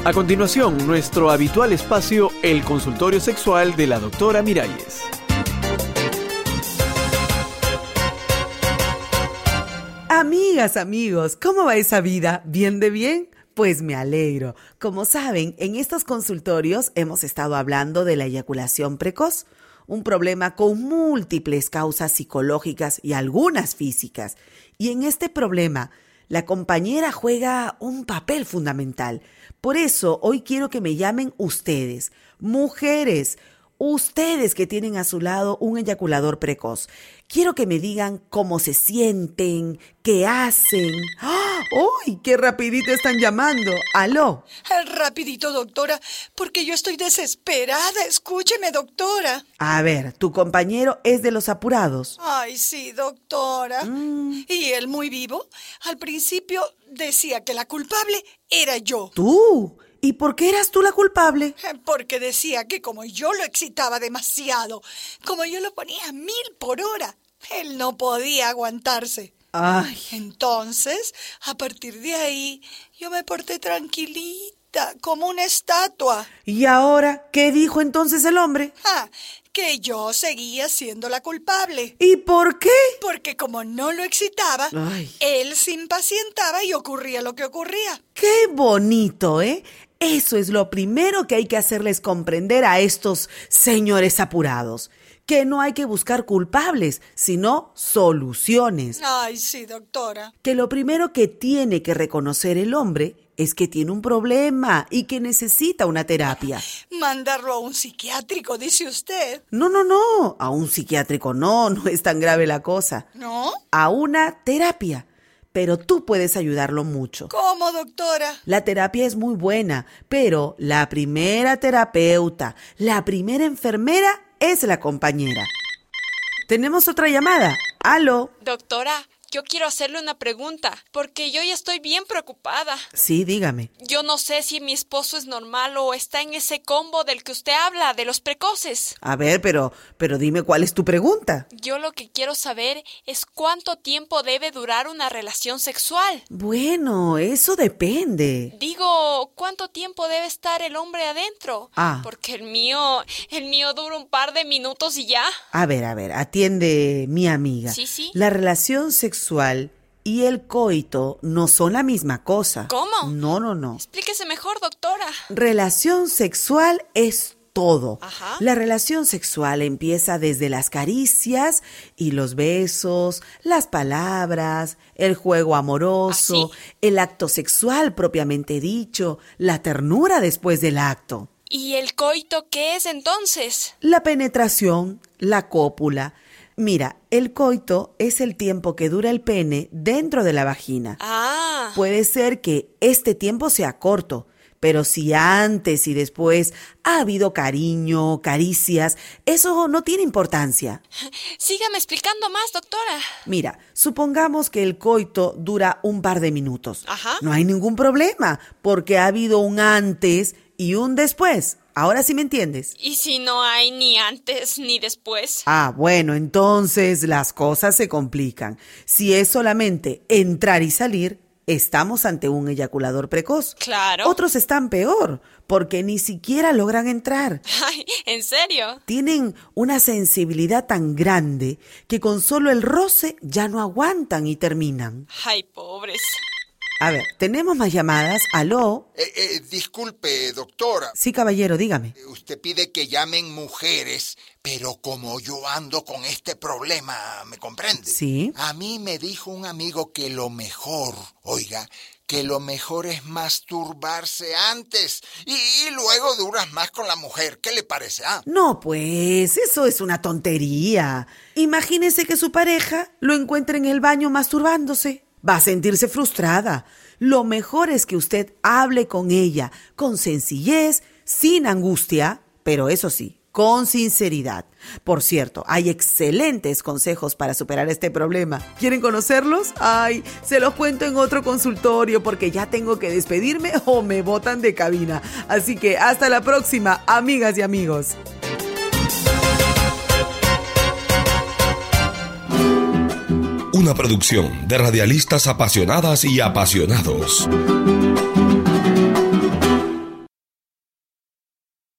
A continuación, nuestro habitual espacio, el consultorio sexual de la doctora Miralles. Amigas, amigos, ¿cómo va esa vida? ¿Bien de bien? Pues me alegro. Como saben, en estos consultorios hemos estado hablando de la eyaculación precoz, un problema con múltiples causas psicológicas y algunas físicas. Y en este problema, la compañera juega un papel fundamental. Por eso, hoy quiero que me llamen ustedes, mujeres, ustedes que tienen a su lado un eyaculador precoz. Quiero que me digan cómo se sienten, qué hacen. ¡Ah! ¡Uy! ¡Qué rapidito están llamando! ¡Aló! Rapidito, doctora, porque yo estoy desesperada. Escúcheme, doctora. A ver, ¿tu compañero es de los apurados? Ay, sí, doctora. ¿Y él muy vivo? Al principio decía que la culpable era yo. ¿Tú? ¿Y por qué eras tú la culpable? Porque decía que como yo lo excitaba demasiado, como yo lo ponía a 1000 por hora, él no podía aguantarse. Ay. Entonces, a partir de ahí, yo me porté tranquilita, como una estatua. ¿Y ahora qué dijo entonces el hombre? Que yo seguía siendo la culpable. ¿Y por qué? Porque como no lo excitaba, él se impacientaba y ocurría lo que ocurría. ¡Qué bonito, eh! Eso es lo primero que hay que hacerles comprender a estos señores apurados. Que no hay que buscar culpables, sino soluciones. Ay, sí, doctora. Que lo primero que tiene que reconocer el hombre es que tiene un problema y que necesita una terapia. Mandarlo a un psiquiátrico, dice usted. No, a un psiquiátrico no es tan grave la cosa. ¿No? A una terapia. Pero tú puedes ayudarlo mucho. ¿Cómo, doctora? La terapia es muy buena, pero la primera terapeuta, la primera enfermera es la compañera. Tenemos otra llamada. ¿Aló? Doctora, yo quiero hacerle una pregunta, porque yo ya estoy bien preocupada. Sí, dígame. Yo no sé si mi esposo es normal o está en ese combo del que usted habla, de los precoces. A ver, pero dime cuál es tu pregunta. Yo lo que quiero saber es cuánto tiempo debe durar una relación sexual. Bueno, eso depende. Digo, ¿cuánto tiempo debe estar el hombre adentro? Porque el mío dura un par de minutos y ya. A ver, atiende mi amiga. Sí. La relación sexual y el coito no son la misma cosa. ¿Cómo? No. Explíquese mejor, doctora. Relación sexual es todo. Ajá. La relación sexual empieza desde las caricias y los besos, las palabras, el juego amoroso, el acto sexual propiamente dicho, la ternura después del acto. ¿Y el coito qué es entonces? La penetración, la cópula. Mira, el coito es el tiempo que dura el pene dentro de la vagina. Puede ser que este tiempo sea corto, pero si antes y después ha habido cariño, caricias, eso no tiene importancia. Sígame explicando más, doctora. Mira, supongamos que el coito dura un par de minutos. No hay ningún problema, porque ha habido un antes y un después. Ahora sí me entiendes. ¿Y si no hay ni antes ni después? Bueno, entonces las cosas se complican. Si es solamente entrar y salir, estamos ante un eyaculador precoz. Claro. Otros están peor, porque ni siquiera logran entrar. Ay, ¿en serio? Tienen una sensibilidad tan grande que con solo el roce ya no aguantan y terminan. Ay, pobres. A ver, tenemos más llamadas. ¿Aló? Disculpe, doctora. Sí, caballero, dígame. Usted pide que llamen mujeres, pero como yo ando con este problema, ¿me comprende? Sí. A mí me dijo un amigo que lo mejor, que lo mejor es masturbarse antes y luego duras más con la mujer. ¿Qué le parece? No, pues, eso es una tontería. Imagínese que su pareja lo encuentre en el baño masturbándose. Va a sentirse frustrada. Lo mejor es que usted hable con ella con sencillez, sin angustia, pero eso sí, con sinceridad. Por cierto, hay excelentes consejos para superar este problema. ¿Quieren conocerlos? Se los cuento en otro consultorio porque ya tengo que despedirme o me botan de cabina. Así que hasta la próxima, amigas y amigos. Una producción de radialistas apasionadas y apasionados.